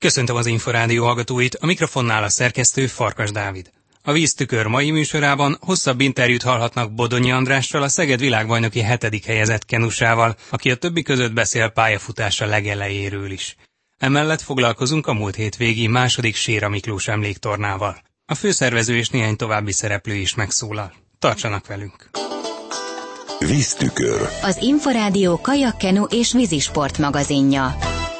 Köszöntöm az Inforádió hallgatóit, a mikrofonnál a szerkesztő Farkas Dávid. A Víztükör mai műsorában hosszabb interjút hallhatnak Bodonyi Andrással, a Szeged világbajnoki 7. helyezett kenusával, aki a többi között beszél pályafutása legelejéről is. Emellett foglalkozunk a múlt hétvégi második Séra Miklós emléktornával. A főszervező és néhány további szereplő is megszólal. Tartsanak velünk! Víztükör. Az Inforádió kajakkenu és vízisport magazinja.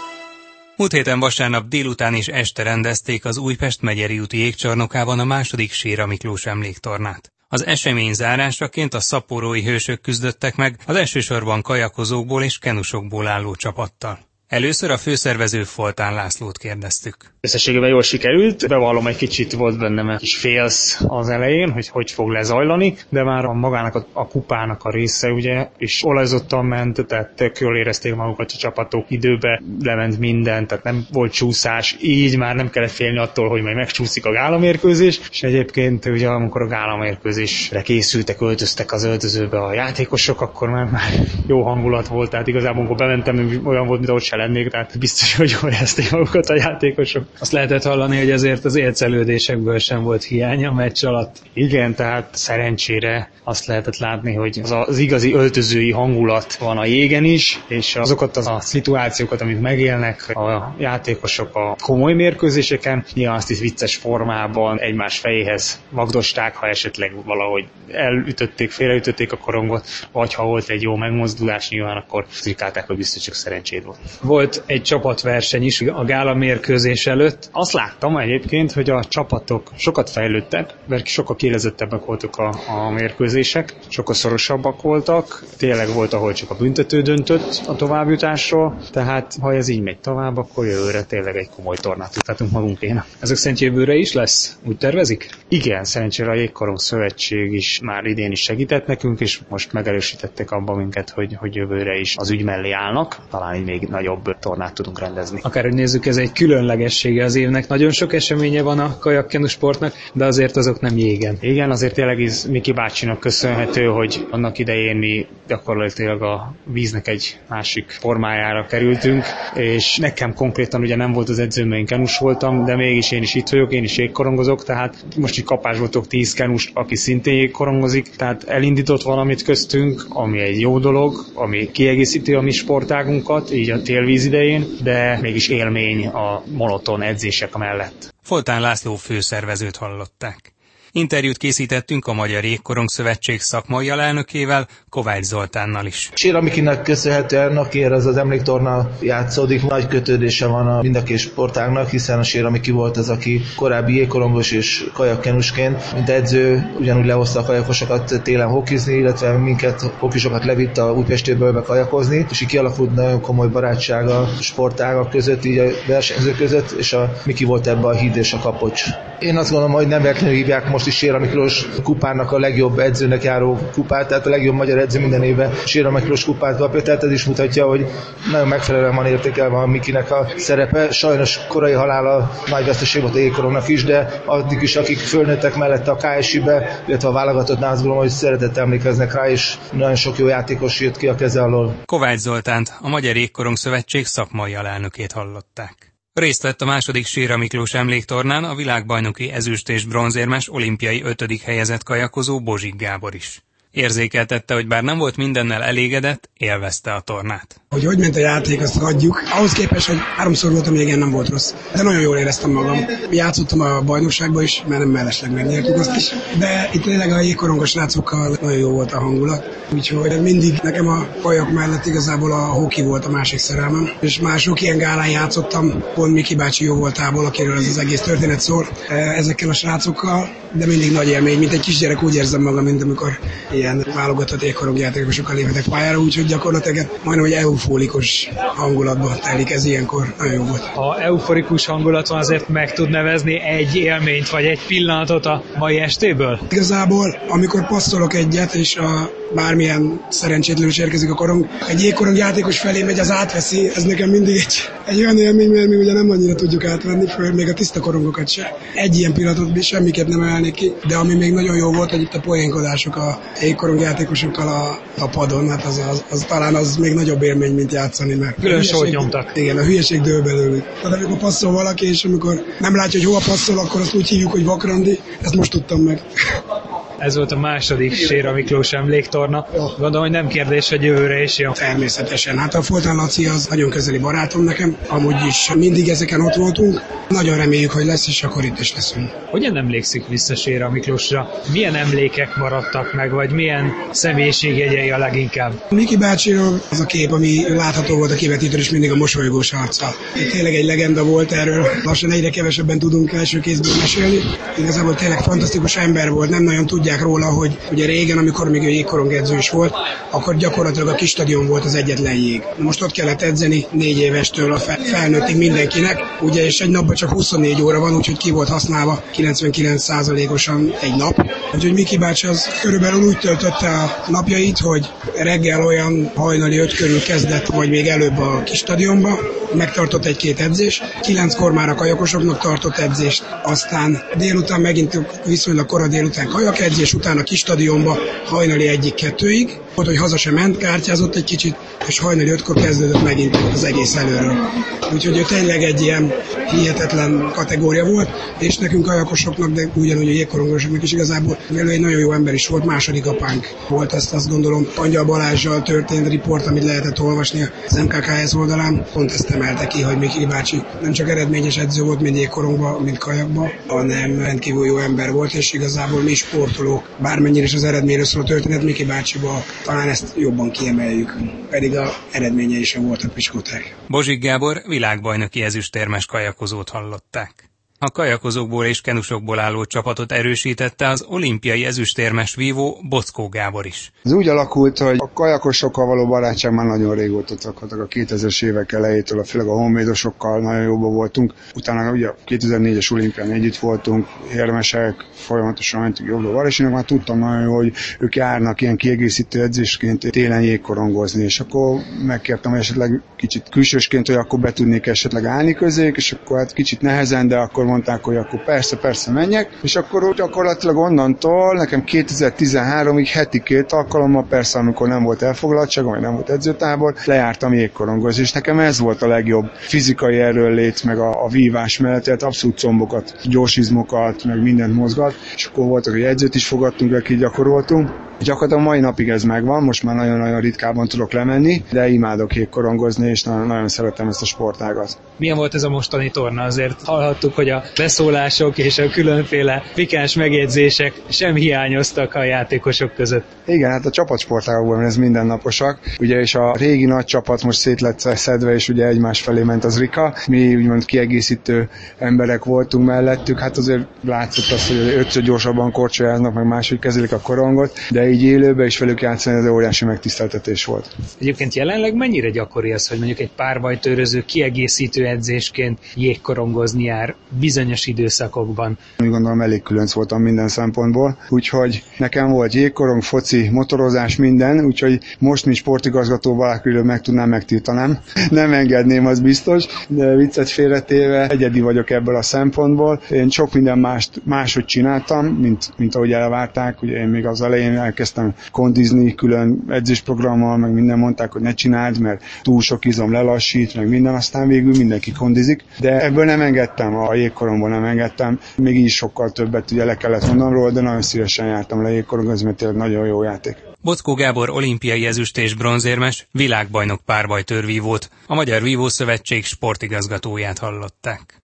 Múlt héten vasárnap délután és este rendezték az Újpest Megyeri úti jégcsarnokában a második Séra Miklós emléktornát. Az esemény zárásaként a szaporói hősök küzdöttek meg az elsősorban kajakozókból és kenusokból álló csapattal. Először a főszervező Foltán Lászlót kérdeztük. Összességében jól sikerült, bevallom, egy kicsit volt bennem egy kis félsz az elején, hogy fog lezajlani, de már magának a kupának a része, ugye, és olajzottan ment, tehát tök jól érezték magukat a csapatok, időbe lement minden, tehát nem volt csúszás, így már nem kellett félni attól, hogy majd megcsúszik a gálamérkőzés, és egyébként ugye amikor a gálamérkőzésre készültek, öltöztek az öltözőbe a játékosok, akkor már jó hangulat volt, tehát igazából amikor bementem, olyan volt, mint ahogy se lennék, tehát biztos, hogy jól érezték magukat a játékosok. Azt lehetett hallani, hogy azért az élcelődésekből sem volt hiány a meccs alatt. Igen, tehát szerencsére azt lehetett látni, hogy az igazi öltözői hangulat van a jégen is, és azokat a szituációkat, amit megélnek a játékosok a komoly mérkőzéseken, nyilván azt is vicces formában egymás fejéhez magdosták, ha esetleg valahogy elütötték, félreütötték a korongot, vagy ha volt egy jó megmozdulás, nyilván akkor szurkálták, hogy biztos csak szerencséd volt. Volt egy csapatverseny is a gála mérkőzés előtt. Azt láttam egyébként, hogy a csapatok sokat fejlődtek, mert sokkal kielezettebbek voltak a mérkőzések, sokkal szorosabbak voltak, tényleg volt, ahol csak a büntető döntött a továbbjutásról, tehát ha ez így megy tovább, akkor jövőre tényleg egy komoly tornát tudhatunk magunkénak. Ezek szerint jövőre is lesz? Úgy tervezik? Igen, szerencsére a Jégkorong Szövetség is már idén is segített nekünk, és most megerősítettek abban minket, hogy jövőre is az ügy mellé állnak, talán így még nagyobb tornát tudunk rendezni. Akárhogy nézzük, ez egy különlegessége az évnek. Nagyon sok eseménye van a kajakkenu sportnak, de azért azok nem jégen. Igen, azért tényleg ez Miki bácsinak köszönhető, hogy annak idején mi gyakorlatilag a víznek egy másik formájára kerültünk, és nekem konkrétan ugye nem volt az edzőm, én kenus voltam, de mégis én is itt vagyok, én is jégkorongozok, tehát most így kapás voltok 10 kenust, aki szintén jégkorongozik, tehát elindított valamit köztünk, ami egy jó dolog, ami kiegészíti a mi sportágunkat, így a télvíz idején, de mégis élmény a monoton edzések mellett. Foltán László főszervezőt hallották. Interjút készítettünk a Magyar Jégkorong Szövetség szakmai alelnökével, Kovács Zoltánnal is. Séra Mikinek köszönhetően, akiért ez az emléktorna játszódik, nagy kötődése van mind a két sportágnak, hiszen a Séra Miki volt az, aki korábbi jégkorongos és kajakkenusként, mint edző, ugyanúgy lehozta a kajakosokat télen hokizni, illetve minket hokisokat levitt a Újpestéből kajakozni, és így kialakult nagyon komoly barátság a sportágak között, így a versenyzők között, és a Miki volt ebben a híd és a kapocs. Én azt gondolom, hogy nem véletlenül hívják most is Séra Miklós kupának a legjobb edzőnek járó kupát, tehát a legjobb magyar edző minden évben Séra Miklós kupát kapja, tehát ez is mutatja, hogy nagyon megfelelően van értékelve a Mikinek a szerepe. Sajnos korai halála nagy veszteség volt a jégkorongnak is, de addig is, akik fölnőttek mellette a KSI-be, illetve a válogatottnál, azt gondolom, hogy szeretettel emlékeznek rá, és nagyon sok jó játékos jött ki a keze alól. Kovács Zoltánt, a Magyar Jégkorong Szövetség szakmai alelnökét hallották. Részt vett a második Séra Miklós emléktornán a világbajnoki ezüst- és bronzérmes olimpiai 5. helyezett kajakozó Bozsik Gábor is. Érzékeltette, hogy bár nem volt mindennel elégedett, élvezte a tornát. Hogy ment a játék, azt adjuk. Ahhoz képest, hogy 3-szor voltam jégen, nem volt rossz. De nagyon jól éreztem magam. Játszottam a bajnokságban is, mert nem mellesleg megnyertük azt is. De itt tényleg a jégkorongos srácokkal nagyon jó volt a hangulat. Úgyhogy mindig nekem a kajak mellett igazából a hoki volt a másik szerelmem. És már sok ilyen gálán játszottam, pont Miki bácsi jó voltából, akiről ez az egész történet szól, ezekkel a srácokkal. De mindig nagy élmény, mint egy kisgyerek úgy érzem magam, mint amikor ilyen válogatott jégkorongjátékosokkal léphetek pályára, úgyhogy gyakorlatilag majdnem egy euforikus hangulatban telik ez ilyenkor. Nagyon jó volt. Ha euforikus hangulat van, azért meg tud nevezni egy élményt vagy egy pillanatot a mai estéből? Igazából, amikor passzolok egyet, és a bármilyen szerencsétlenül is érkezik a korong. Egy jégkorong játékos felé megy, az átveszi, ez nekem mindig egy olyan élmény, mert mi ugye nem annyira tudjuk átvenni, föl még a tiszta korongokat se. Egy ilyen pillanatot semmiképp nem emelnék ki, de ami még nagyon jó volt, hogy itt a poénkodások a jégkorong játékosokkal a padon, hát az talán az még nagyobb élmény, mint játszani, mert külön sót nyomtak. Igen, a hülyeség dől belőlük. Tehát amikor passzol valaki, és amikor nem látja, hogy hova passzol, akkor azt úgy hívjuk, hogy vakrandi, ezt most tudtam meg. Ez volt a második Séra Miklós emléktorna. Gondolom, hogy nem kérdés, hogy jövőre is jön. Természetesen. Hát a Foltán Laci az nagyon közeli barátom nekem. Amúgy is mindig ezeken ott voltunk. Nagyon reméljük, hogy lesz, és akkor itt is leszünk. Hogyan emlékszik vissza Séra Miklósra? Milyen emlékek maradtak meg, vagy milyen személyiségjegyei a leginkább? Miki bácsiról az a kép, ami látható volt a kivetítőn, és mindig a mosolygós arccal. Tényleg egy legenda volt erről. Lassan egyre kevesebben tudunk első kézből mesélni. Igazából tényleg fantasztikus ember volt, nem nagyon tudják róla, hogy ugye régen, amikor még ő jégkorongedző is volt, akkor gyakorlatilag a kis stadion volt az egyetlen jég. Most ott kellett edzeni 4 évestől a felnőttig mindenkinek, ugye, és egy napban csak 24 óra van, úgyhogy ki volt használva 99%-osan egy nap. Úgyhogy Miki bácsi az körülbelül úgy töltötte a napjait, hogy reggel olyan hajnali 5 körül kezdett, vagy még előbb a kis stadionba, megtartott 1-2 edzés, 9-kor már a kajakosoknak tartott edzést, aztán délután megint viszonylag kora délután kajakedzés, utána a kis stadionba hajnali 1-2-ig, volt, hogy haza sem ment, kártyázott egy kicsit, és hajnali 5-kor kezdődött megint az egész előről. Úgyhogy ő tényleg egy ilyen hihetetlen kategória volt, és nekünk kajakosoknak, de ugyanúgy a jégkorongosoknak is igazából ő egy nagyon jó ember is volt, második apánk volt, azt gondolom, Angyal Balázssal történt riport, amit lehetett olvasni az MKKS oldalán, pont ezt emelte ki, hogy Miki bácsi nem csak eredményes edző volt, mint jégkorongban, mint kajakban, hanem rendkívül jó ember volt, és igazából mi sportolók, bármennyire is az eredményről szóló történet, Miki bácsiba talán ezt jobban kiemeljük, pedig az eredményei sem voltak piskóták. Bozsik Gábor világbajnoki ezüstérmes kajakozót hallották. A kajakozókból és kenusokból álló csapatot erősítette az olimpiai ezüstérmes vívó Bockó Gábor is. Ez úgy alakult, hogy a kajakosokkal való barátság már nagyon régóta tartottak, a 2000-es évek elejétől, főleg a honvédosokkal nagyon jóban voltunk. Utána ugye a 2004-es olimpián együtt voltunk, érmesek, folyamatosan mentünk jobbra-balra, és én már tudtam nagyon jó, hogy ők járnak ilyen kiegészítő edzésként télen jégkorongozni, és akkor megkértem, hogy esetleg kicsit külsősként, hogy akkor be tudnék esetleg állni közéjük, és akkor hát kicsit nehezen, de akkor mondták, hogy akkor persze menjek, és akkor gyakorlatilag onnantól nekem 2013-ig heti 2 alkalommal, persze amikor nem volt elfoglaltság, vagy nem volt edzőtábor, lejártam jégkorongozni, és nekem ez volt a legjobb fizikai erőnlét, meg a vívás mellett, tehát abszolút combokat, gyorsizmokat, meg mindent mozgat, és akkor voltak, hogy edzőt is fogadtunk, akik gyakoroltunk. Gyakorlatilag mai napig ez megvan, most már nagyon-nagyon ritkában tudok lemenni, de imádok jégkorongozni, és nagyon szeretem ezt a sportágat. Milyen volt ez a mostani torna? Azért hallhattuk, hogy a beszólások és a különféle pikáns megjegyzések sem hiányoztak a játékosok között. Igen, hát a csapatsportágokban ez mindennaposak. Ugye, és a régi nagy csapat most szét lett szedve, és ugye egymás felé ment az Rika. Mi úgymond kiegészítő emberek voltunk mellettük, hát azért látszott azt, hogy 5-ször gyorsabban korcsolyáznak, meg máshogy kezelik a korongot, de így élőben is velük játszani, ez óriási megtiszteltetés volt. Egyébként jelenleg mennyire gyakori az, hogy mondjuk egy párbajtőröző kiegészítő edzésként jégkorongozni jár bizonyos időszakokban? Úgy gondolom, elég különc voltam minden szempontból, úgyhogy nekem volt jégkorong, foci, motorozás, minden, úgyhogy most, mint sportigazgató valakiről meg tudnám, megtiltanám. Nem engedném, az biztos, de viccet félretéve egyedi vagyok ebből a szempontból. Én sok minden máshogy csináltam, mint ahogy elvárták. Ugye én még az elején elkezdtem kondizni külön edzésprogrammal, meg minden mondták, hogy ne csináld, mert túl sok izom lelassít, meg minden, aztán végül mindenki kondizik. De ebből nem engedtem, a jégkorongból nem engedtem. Még így sokkal többet ugye le kellett mondanom róla, de nagyon szívesen jártam le jégkorongozni, mert tényleg nagyon jó játék. Bockó Gábor olimpiai ezüst és bronzérmes, világbajnok párbajtőrvívót, a Magyar Vívószövetség sportigazgatóját hallották.